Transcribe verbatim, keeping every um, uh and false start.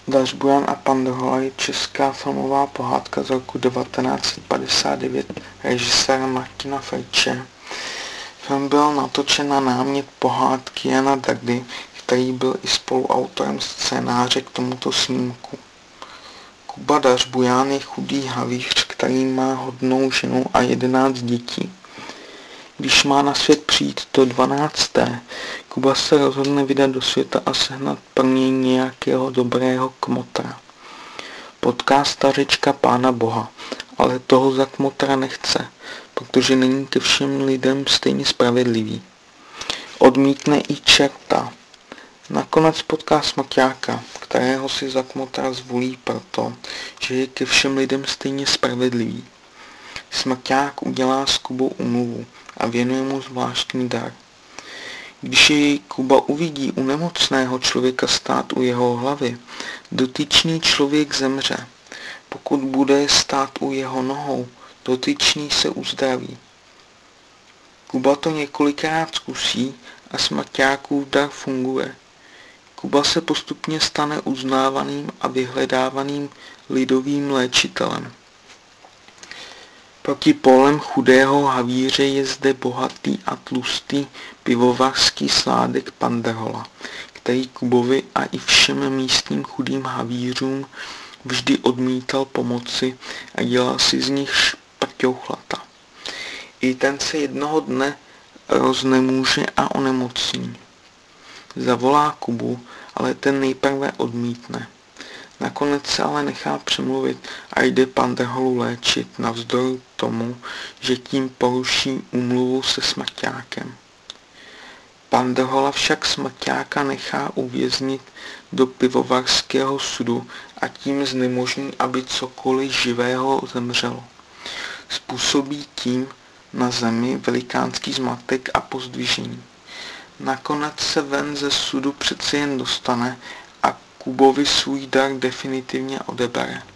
Dařbujan a Pandohola je česká filmová pohádka z roku devatenáct set padesát devět režiséra Martina Frýče. Film byl natočen na námět pohádky Jana Drdy, který byl i spoluautorem scénáře k tomuto snímku. Kuba Dařbujan je chudý havíř, který má hodnou ženu a jedenáct dětí. Když má na svět přijít to dvanácté, Kuba se rozhodne vydat do světa a sehnat pro něj nějakého dobrého kmotra. Potká stařečka Pána Boha, ale toho za kmotra nechce, protože není ke všem lidem stejně spravedlivý. Odmítne i čerta. Nakonec potká smrťáka, kterého si za kmotra zvolí proto, že je ke všem lidem stejně spravedlivý. Smrťák udělá s Kubou úmluvu a věnuje mu zvláštní dar. Když jej Kuba uvidí u nemocného člověka stát u jeho hlavy, dotyčný člověk zemře. Pokud bude stát u jeho nohou, dotyčný se uzdraví. Kuba to několikrát zkusí a smrťákův dar funguje. Kuba se postupně stane uznávaným a vyhledávaným lidovým léčitelem. Proti pólem chudého havíře je zde bohatý a tlustý pivovarský sládek Pandohola, který Kubovi a i všem místním chudým havířům vždy odmítal pomoci a dělal si z nich šprťouchlata. I ten se jednoho dne roznemůže a onemocní. Zavolá Kubu, ale ten nejprve odmítne. Nakonec se ale nechá přemluvit a jde Pandoholu léčit navzdory tomu, že tím poruší úmluvu se smrťákem. Pandohola však smrťáka nechá uvěznit do pivovarského sudu a tím znemožní, aby cokoliv živého zemřelo. Způsobí tím na zemi velikánský zmatek a pozdvižení. Nakonec se ven ze sudu přeci jen dostane a Kubovi svůj dar definitivně odebere.